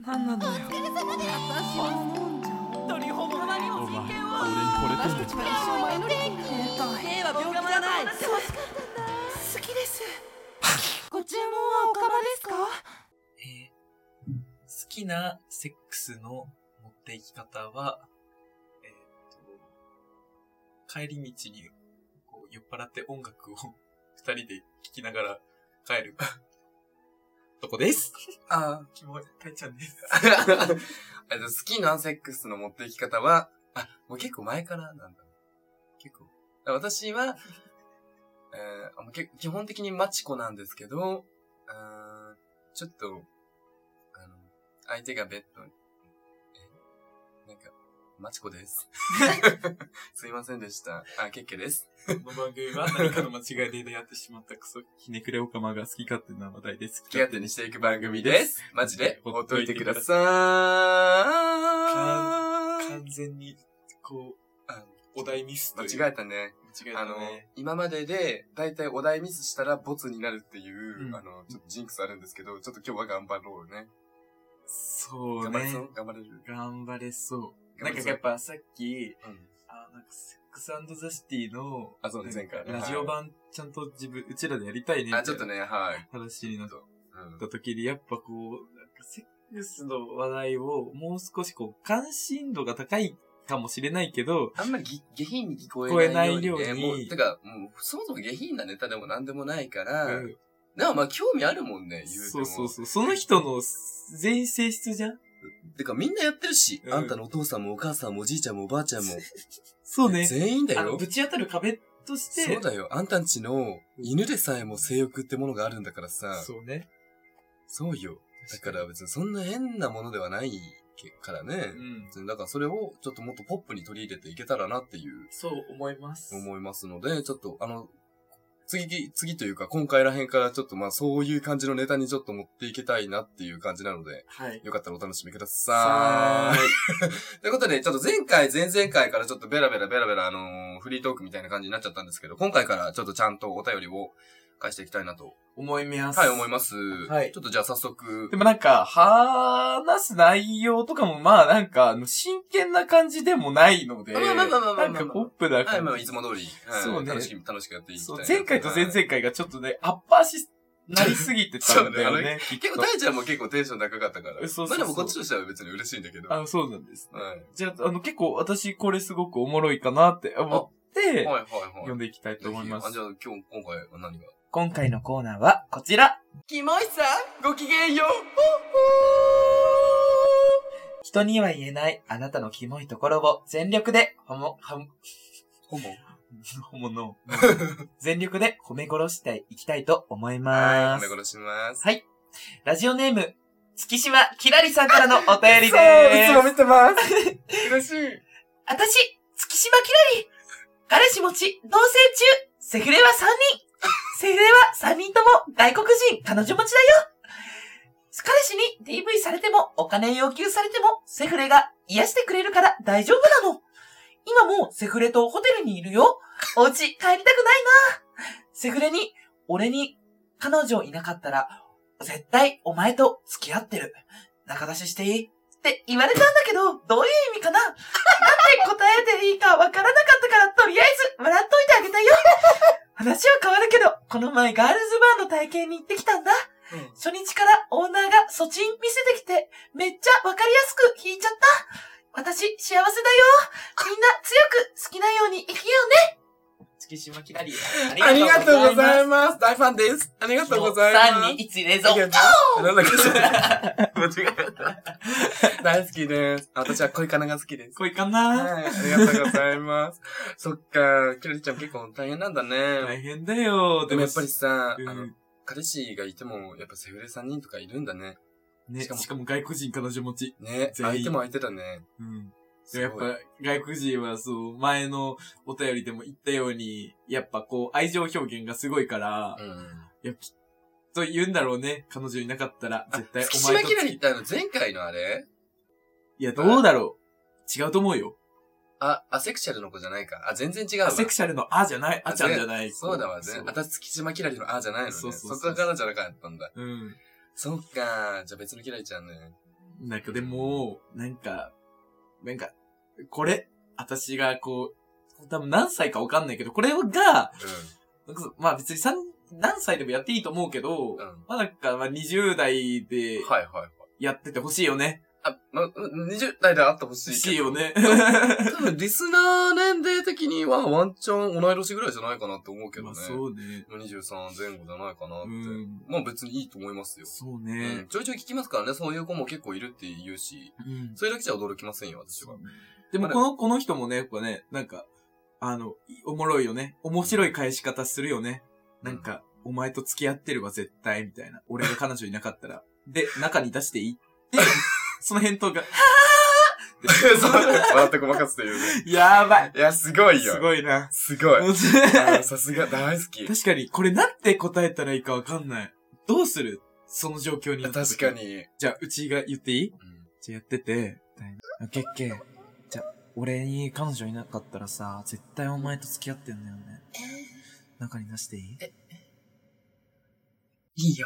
なんなのよ。私も思うんじゃん。 鳥ほどまにも人権を。 私たちは一生マイノリティになった。 兵は病気じゃない。 好きです。ご注文はおかまですか？ 好きなセックスの持っていき方は、帰り道にこう酔っ払って音楽を二人で聴きながら帰るとこです。 あキモい、たいちゃんです。 好きなセックスの持っていき方は、もう結構前からなんだ。結構。私は、基本的にマチコなんですけど、ちょっと、相手がベッドに、マチコです。すいませんでした。ケッケです。 この番組は何かの間違いで出会ってしまったクソひねくれオカマが好き勝手な話題です。 好き勝手にしていく番組です。マジで、ほっといてください。 完全に、こう、お題ミスという。 間違えたね。今までで、だいたいお題ミスしたらボツになるっていう、ちょっとジンクスあるんですけど、ちょっと今日は頑張ろうね。 そうね。 頑張れる頑張れそう。なんかやっぱさっき、なんかセックス&ザシティの、 そうね、前回ね。 ラジオ版ちゃんとうちらでやりたいね。 ちょっとね、はい。 話になった時に、やっぱこう、なんかセックスの話題をもう少しこう、関心度が高いかもしれないけど、 あんまり下品に聞こえないように、ね。 もう、 てか、もう、そもそも下品なネタでもなんでもないから、でもまあ興味あるもんね、言うても。 そう。その人の全員性質じゃん？ てかみんなやってるし、あんたのお父さんもお母さんもおじいちゃんもおばあちゃんも。 そうね。 全員だよ。 ぶち当たる壁として。 そうだよ。あんたんちの犬でさえも性欲ってものがあるんだからさ。 そうね。 そうよ。だから別にそんな変なものではないからね。だからそれをちょっともっとポップに取り入れていけたらなっていう。 そう思います。 思いますので、ちょっと次というか今回らへんからちょっとまあそういう感じのネタにちょっと持っていけたいなっていう感じなので、 はい。 よかったらお楽しみください。ということで、ちょっと前々回からちょっとベラベラフリートークみたいな感じになっちゃったんですけど、今回からちょっとちゃんとお便りを返していきたいなと。 思います。 はい、思います。 はい。 ちょっとじゃあ早速。 でもなんか、話す内容とかもまあなんか、真剣な感じでもないので、なんかポップな感じ。 はい、いつも通り。 そうね。 楽しくやっていきたい。そう、 前回と前々回がちょっとね、アッパーなりすぎてたんだよね。 結構、タイちゃんも結構テンション高かったから。 そう。 まあでもこっちとしては別に嬉しいんだけど。 そうなんです。 はい。 じゃあ、結構私これすごくおもろいかなって思って、読んでいきたいと思います。 じゃあ今回は何が？ 今回のコーナーはこちら。 キモいさんごきげんよう。 人には言えないあなたのキモいところを全力で全力で褒め殺していきたいと思います。 はい、褒め殺します。 はい。ラジオネーム、月島きらりさんからのお便りでーす。 そう、いつも見てます。嬉しい。 私、月島きらり。彼氏持ち、同棲中。セフレは3人。セフレは3人とも外国人、彼女持ちだよ。彼氏に DV されても、お金要求されても、セフレが癒してくれるから大丈夫なの。今もセフレとホテルにいるよ。お家帰りたくないな。セフレに、俺に彼女いなかったら、絶対お前と付き合ってる。仲出ししていいって言われたんだけど、どういう意味かな。なんで答えていいかわからなかったから、とりあえず笑っといてあげたよ。話は変わるけど、この前ガールズバーの体験に行ってきたんだ。初日からオーナーがソチン見せてきて、めっちゃわかりやすく弾いちゃった。私、幸せだよ。みんな強く好きなように生きようね。月島きらり。 ありがとうございます。大ファンです。ありがとうございます。 3、2、1、冷蔵。 なんだっけ間違えた。大好きです。私は恋かなが好きです。 恋かなはい。ありがとうございます。そっか、きらりちゃん結構大変なんだね。 大変だよ。 でもやっぱりさ、彼氏がいても、やっぱセフレ3人とかいるんだね。 ね、しかも外国人彼女持ち。 ね、相手も相手だね。 やっぱ、外国人はそう、前のお便りでも言ったように、やっぱこう、愛情表現がすごいから、いや、きっと言うんだろうね。彼女いなかったら、絶対お前と。 月島きらりって前回のあれ？ いや、どうだろう。違うと思うよ。 アセクシャルの子じゃないか。全然違うわ。 アセクシャルのじゃない。ちゃんじゃない。 そうだわね。月島きらりのじゃないのね。そこからじゃなかったんだ。そっか。じゃあ別のきらりちゃんね。 なんかでも、これ、私がこう、多分何歳かわかんないけど、これが、まあ別に何歳でもやっていいと思うけど、まあなんか、まあ20代で、 はいはいはい。 やっててほしいよね。 20代であってほしいけど。 欲しいよね。 多分リスナー年齢的にはワンチャン同い年ぐらいじゃないかなって思うけどね。 まあそうね。 23前後じゃないかなって。まあ別にいいと思いますよ。 そうね。 ちょいちょい聞きますからね、そういう子も結構いるって言うし、それだけじゃ驚きませんよ、私は。 でもこの人もね、やっぱね、なんか、おもろいよね。面白い返し方するよね。なんか、お前と付き合ってるわ、絶対、みたいな。俺が彼女いなかったら。で、中に出していいで、その返答が、はぁ笑ってごまかすというね。 やばい。 いや、すごいよ。 すごいな。 すごい。さすが、大好き。 確かに、これなんて答えたらいいかわかんない。どうするその状況に。 確かに。 じゃあ、うちが言っていい？じゃあやってて、ケッケ、じゃあ、俺に彼女いなかったらさ、絶対お前と付き合ってんだよね。中に出していい？ いいよ。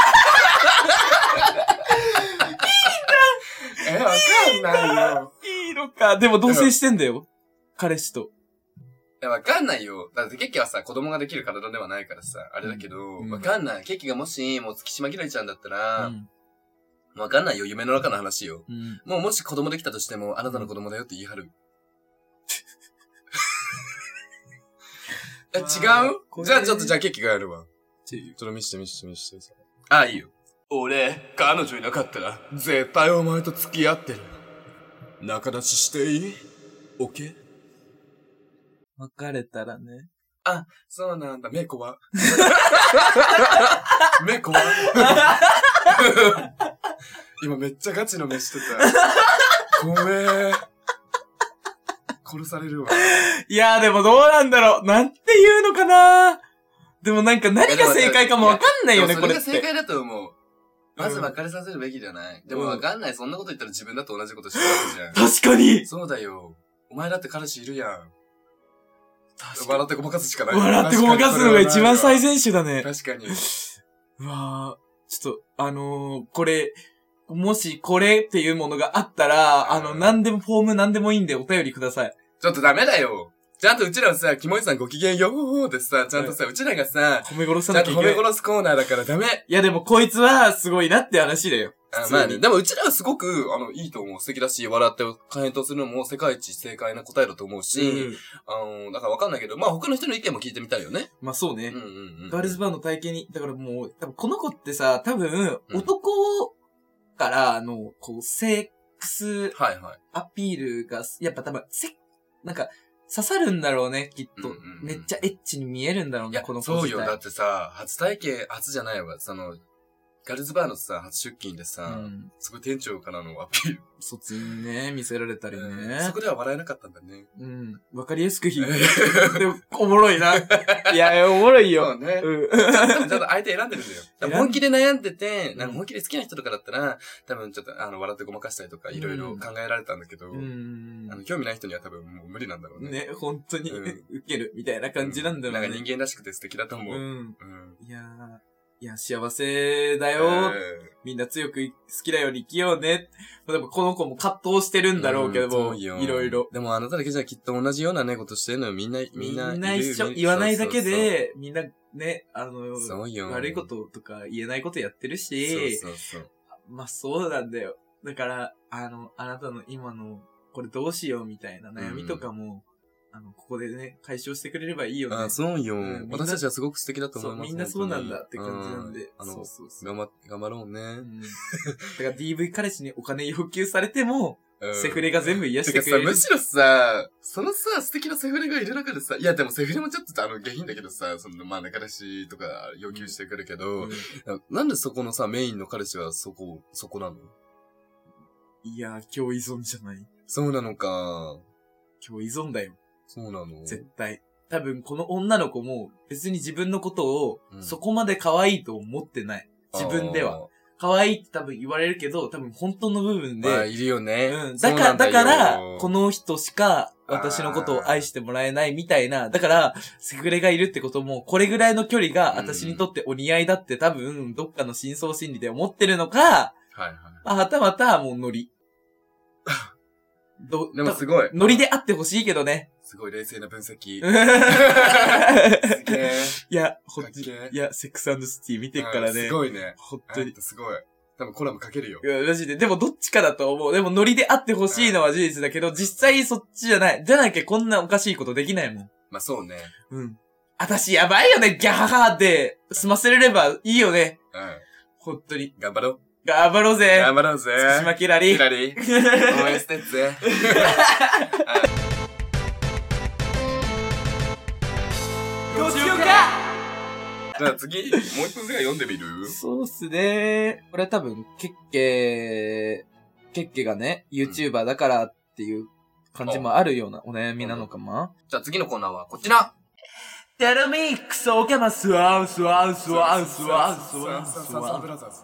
わかんないよ。 いいのか。でも同棲してんだよ。彼氏と。 わかんないよ。だってケッキはさ、子供ができる体ではないからさ、あれだけど、わかんない。ケッキがもし、もう月島きらりちゃんだったら、わかんないよ。夢の中の話よ。もうもし子供できたとしても、あなたの子供だよって言い張る。違う？じゃあケッキがやるわ。ちょっと見して。あ、いいよ。俺、彼女いなかったら、絶対お前と付き合ってる。仲出ししていい？オッケー？ 別れたらね。 あ、そうなんだ。メコはメコは今めっちゃガチの目してた。ごめん。殺されるわ。 いやーでもどうなんだろう。なんて言うのかな。でもなんか何が正解かもわかんないよね、これって。 それが正解だと思う。まず別れさせるべきじゃない。でもわかんない。そんなこと言ったら自分だと同じことしてるわけじゃん。 確かに。 そうだよ。お前だって彼氏いるやん。笑ってごまかすしかない。 笑ってごまかすのが一番最善手だね。 確かに。 うわぁ、ちょっと、これ、もしこれっていうものがあったら、フォームなんでもいいんでお便りください。 ちょっとダメだよ。ちゃんとうちらはさ、キモイさんご機嫌よーでさ、ちゃんとさ、うちらがさ、 褒め殺さなきゃいけない。 ちゃんと褒め殺すコーナーだからダメ。 いやでもこいつはすごいなって話だよ。 まあね。でもうちらはすごく、いいと思う。素敵だし、笑って返答するのも世界一正解な答えだと思うし、だからわかんないけど、まあ他の人の意見も聞いてみたいよね。 まあそうね。ガールズバーの体験に、だからもう、多分この子ってさ、男からこう、セックスアピールが、やっぱ多分、なんか、刺さるんだろうね、きっと。めっちゃエッチに見えるんだろうね、この子自体。 そうよ。だってさ、初じゃないわ。ガールズバーのさ、初出勤でさ、すごい店長からのアピール。 卒にね、見せられたりね。 そこでは笑えなかったんだね。 わかりやすくでも、おもろいな。いや、おもろいよ。 そうね。ちゃんと相手選んでるんだよ。本気で悩んでて、なんか本気で好きな人とかだったら、多分ちょっと笑ってごまかしたりとか、いろいろ考えられたんだけど、興味ない人には多分もう無理なんだろうね。 ね、本当に、受けるみたいな感じなんだろうね。 なんか人間らしくて素敵だと思う。 いや、幸せだよ。みんな強く好きなように生きようね。でもこの子も葛藤してるんだろうけども、いろいろ。 でもあなただけじゃきっと同じようなね、ことしてるのよ。みんな一緒。言わないだけで、みんなね、 そうよ。 悪いこととか言えないことやってるし、まあそうなんだよ。だから、あなたの今の、これどうしようみたいな悩みとかも、ここでね、解消してくれればいいよね。 あ、そうよ。私たちはすごく素敵だと思います。 みんなそうなんだって感じなんで。 頑張ろうね。 だから DV 彼氏にお金要求されても、セフレが全部癒してくれる。 むしろさ、そのさ、素敵なセフレがいる中でさ、いやでもセフレもちょっと下品だけどさ、まあね、彼氏とか要求してくるけど、なんでそこのさ、メインの彼氏はそこなの？ いや、共依存じゃない。 そうなのか。 共依存だよ。 そうなの？ 絶対。多分この女の子も別に自分のことをそこまで可愛いと思ってない。自分では。可愛いって多分言われるけど、多分本当の部分で。 まあ、いるよね。 だから、この人しか私のことを愛してもらえないみたいな。だから、セフレがいるってことも、これぐらいの距離が私にとってお似合いだって多分、どっかの深層心理で思ってるのか、 はいはい。 まあ、はたまたもうノリ。 でもすごい。 ノリであってほしいけどね。 すごい冷静な分析。 すげえ。 いや、ほんと、いや、セックス&シティ見てっからね。 すごいね。 ほんとに。 すごい。多分コラム書けるよ。 いや、マジで。でもどっちかだと思う。でもノリであってほしいのは事実だけど、実際そっちじゃない。じゃなきゃこんなおかしいことできないもん。 まあそうね。 うん。私やばいよね、ギャハハで済ませれればいいよね。 うん。 ほんとに。 頑張ろう。 頑張ろうぜ。 頑張ろうぜ。 月島キラリ。 キラリ。応援してっぜ。 どうしようか。 じゃあ次、もう一分ぐらい読んでみる？ そうっすね。これは多分、ケッケがね、YouTuber だからっていう感じもあるようなお悩みなのかな。 じゃあ次のコーナーはこちら。 テルミックスオケマスワンスワンスワンスワンスワンスワン。 ブラザーズ。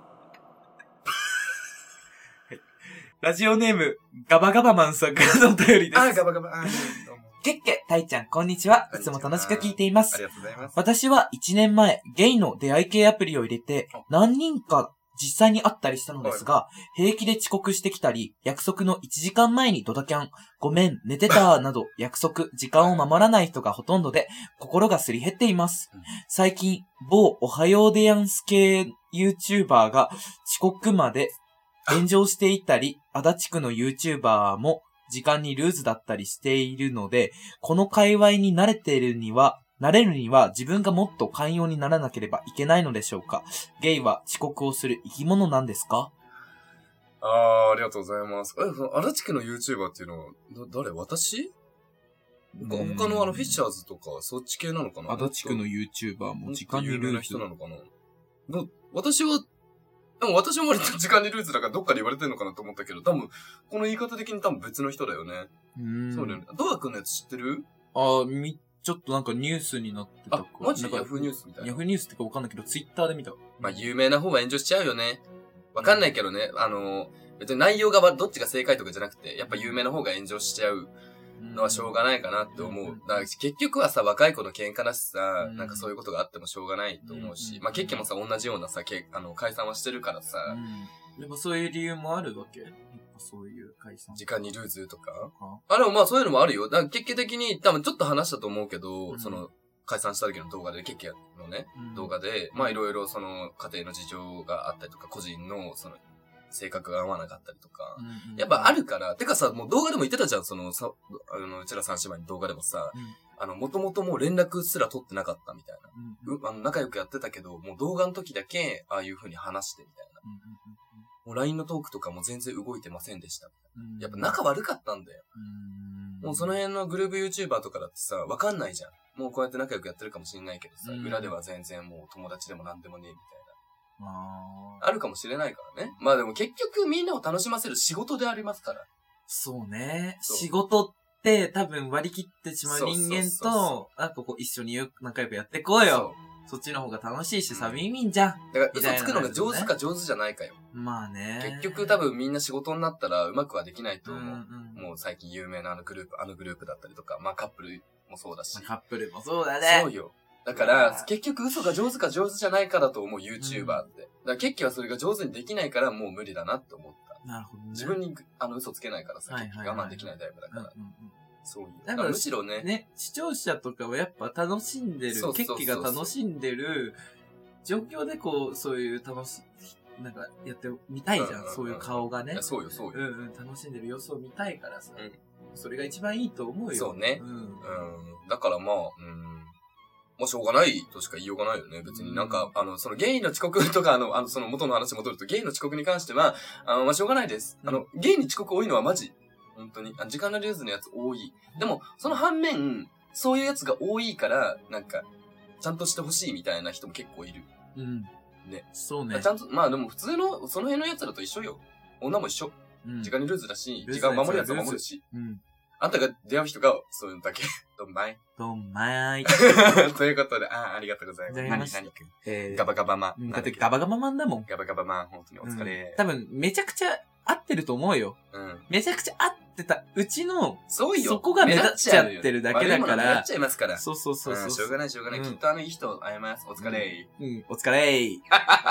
ラジオネーム、ガバガバマンさんからのお便りです。 ガバガバ。 ケッケ、タイちゃん、こんにちは。いつも楽しく聞いています。 ありがとうございます。 私は1年前、ゲイの出会い系アプリを入れて、何人か実際に会ったりしたのですが、平気で遅刻してきたり、約束の1時間前にドタキャン、ごめん、寝てた、など、約束、時間を守らない人がほとんどで、心がすり減っています。最近、某おはようでやんす系 YouTuber が遅刻まで炎上していたり、足立区の YouTuber も時間にルーズだったりしているので、この界隈に慣れるには自分がもっと寛容にならなければいけないのでしょうか。ゲイは遅刻をする生き物なんですか？ ありがとうございます。足立区の YouTuber っていうのは、誰？私？他のフィッシャーズとか、そっち系なのかな？ 足立区の YouTuber も時間にルーズ。 有名な人なのかな？私は、でも私も割と時間にルーズだからどっかで言われてんのかなと思ったけど、多分、この言い方的に多分別の人だよね。そうだよね。ドア君のやつ知ってる？ちょっとなんかニュースになってた。マジ？ヤフーニュースみたいな。ヤフーニュースってかわかんないけど、ツイッターで見た。 まあ、有名な方が炎上しちゃうよね。わかんないけどね。別に内容がどっちが正解とかじゃなくて、やっぱ有名な方が炎上しちゃうのはしょうがないかなって思う。だから結局はさ、若い子の喧嘩だしさ、なんかそういうことがあってもしょうがないと思うし、まあ、結局もさ、同じようなさ、解散はしてるからさ。 でもそういう理由もあるわけ？そういう解散。 時間にルーズとか。でもまあそういうのもあるよ。だから結局的に多分ちょっと話したと思うけど、解散した時の動画で、結局のね、動画で、まあいろいろその家庭の事情があったりとか、個人のその性格が合わなかったりとか、やっぱあるから、てかさ、もう動画でも言ってたじゃん、うちら三姉妹の動画でもさ、もともともう連絡すら取ってなかったみたいな。仲良くやってたけど、もう動画の時だけ、ああいう風に話してみたいな。もう LINE のトークとかも全然動いてませんでした。やっぱ仲悪かったんだよ。もうその辺のグループ YouTuber とかだってさ、わかんないじゃん。もうこうやって仲良くやってるかもしれないけどさ、裏では全然もう友達でもなんでもねえみたいな。あるかもしれないからね。まあでも結局みんなを楽しませる仕事でありますから。 そうね。仕事って多分割り切ってしまう人間と、なんかこう一緒に仲良くやってこうよ。そっちの方が楽しいしさ、ウィンウィンじゃん。 だから嘘つくのが上手か上手じゃないかよ。 まあね。 結局多分みんな仕事になったらうまくはできないと思う。もう最近有名なあのグループだったりとか、まあカップルもそうだし。 カップルもそうだね。 そうよ。だから、結局嘘が上手か上手じゃないかだと思う YouTuber って。だから結局はそれが上手にできないからもう無理だなって思った。 なるほどね。 自分に嘘つけないからさ、結局我慢できないタイプだから。そういう。 だからむしろね。 視聴者とかはやっぱ楽しんでる、決起が楽しんでる状況でこう、そういうなんかやってみたいじゃん。そういう顔がね。 そうよ。 楽しんでる様子を見たいからさ。それが一番いいと思うよ。 そうね。だからまあ、もうしょうがないとしか言いようがないよね。別になんか、そのゲイの遅刻とか、その元の話戻ると、ゲイの遅刻に関しては、まあしょうがないです。ゲイに遅刻多いのはマジ。本当に。時間のルーズのやつ多い。でも、その反面、そういうやつが多いから、なんか、ちゃんとしてほしいみたいな人も結構いる。ね。 そうね。 ちゃんと、まあでも普通の、その辺のやつらと一緒よ。女も一緒。時間にルーズだし、時間守るやつは守るし。あんたが出会う人が、そういうのだけ。どんまい。ということで、ありがとうございます。何くん。ガバガバマン。 だってガバガバマンだもん。 ガバガバマン、本当にお疲れ。 多分、めちゃくちゃ合ってると思うよ。めちゃくちゃ合ってたうちの、そこが目立っちゃってるだけだから。 目立っちゃいますから。 そう。しょうがない。きっといい人会えます。お疲れ。 お疲れ。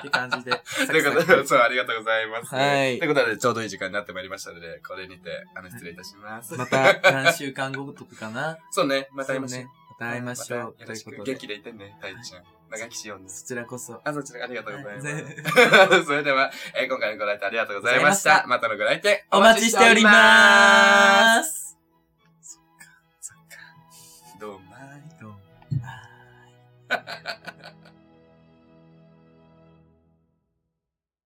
って感じで。 ということで、そう、ありがとうございます。 はい。 ということで、ちょうどいい時間になってまいりましたので、これにて、失礼いたします。 また、何週間後とかかな。 そうね、また会いましょう。 また会いましょう。 よろしく。元気でいてね、たいちゃん。長生きしようね。 そちらこそ。 そちらありがとうございます。それでは、今回のご来店ありがとうございました。またのご来店お待ちしておりまーす。 そっか。どうもーい。 どうもーい。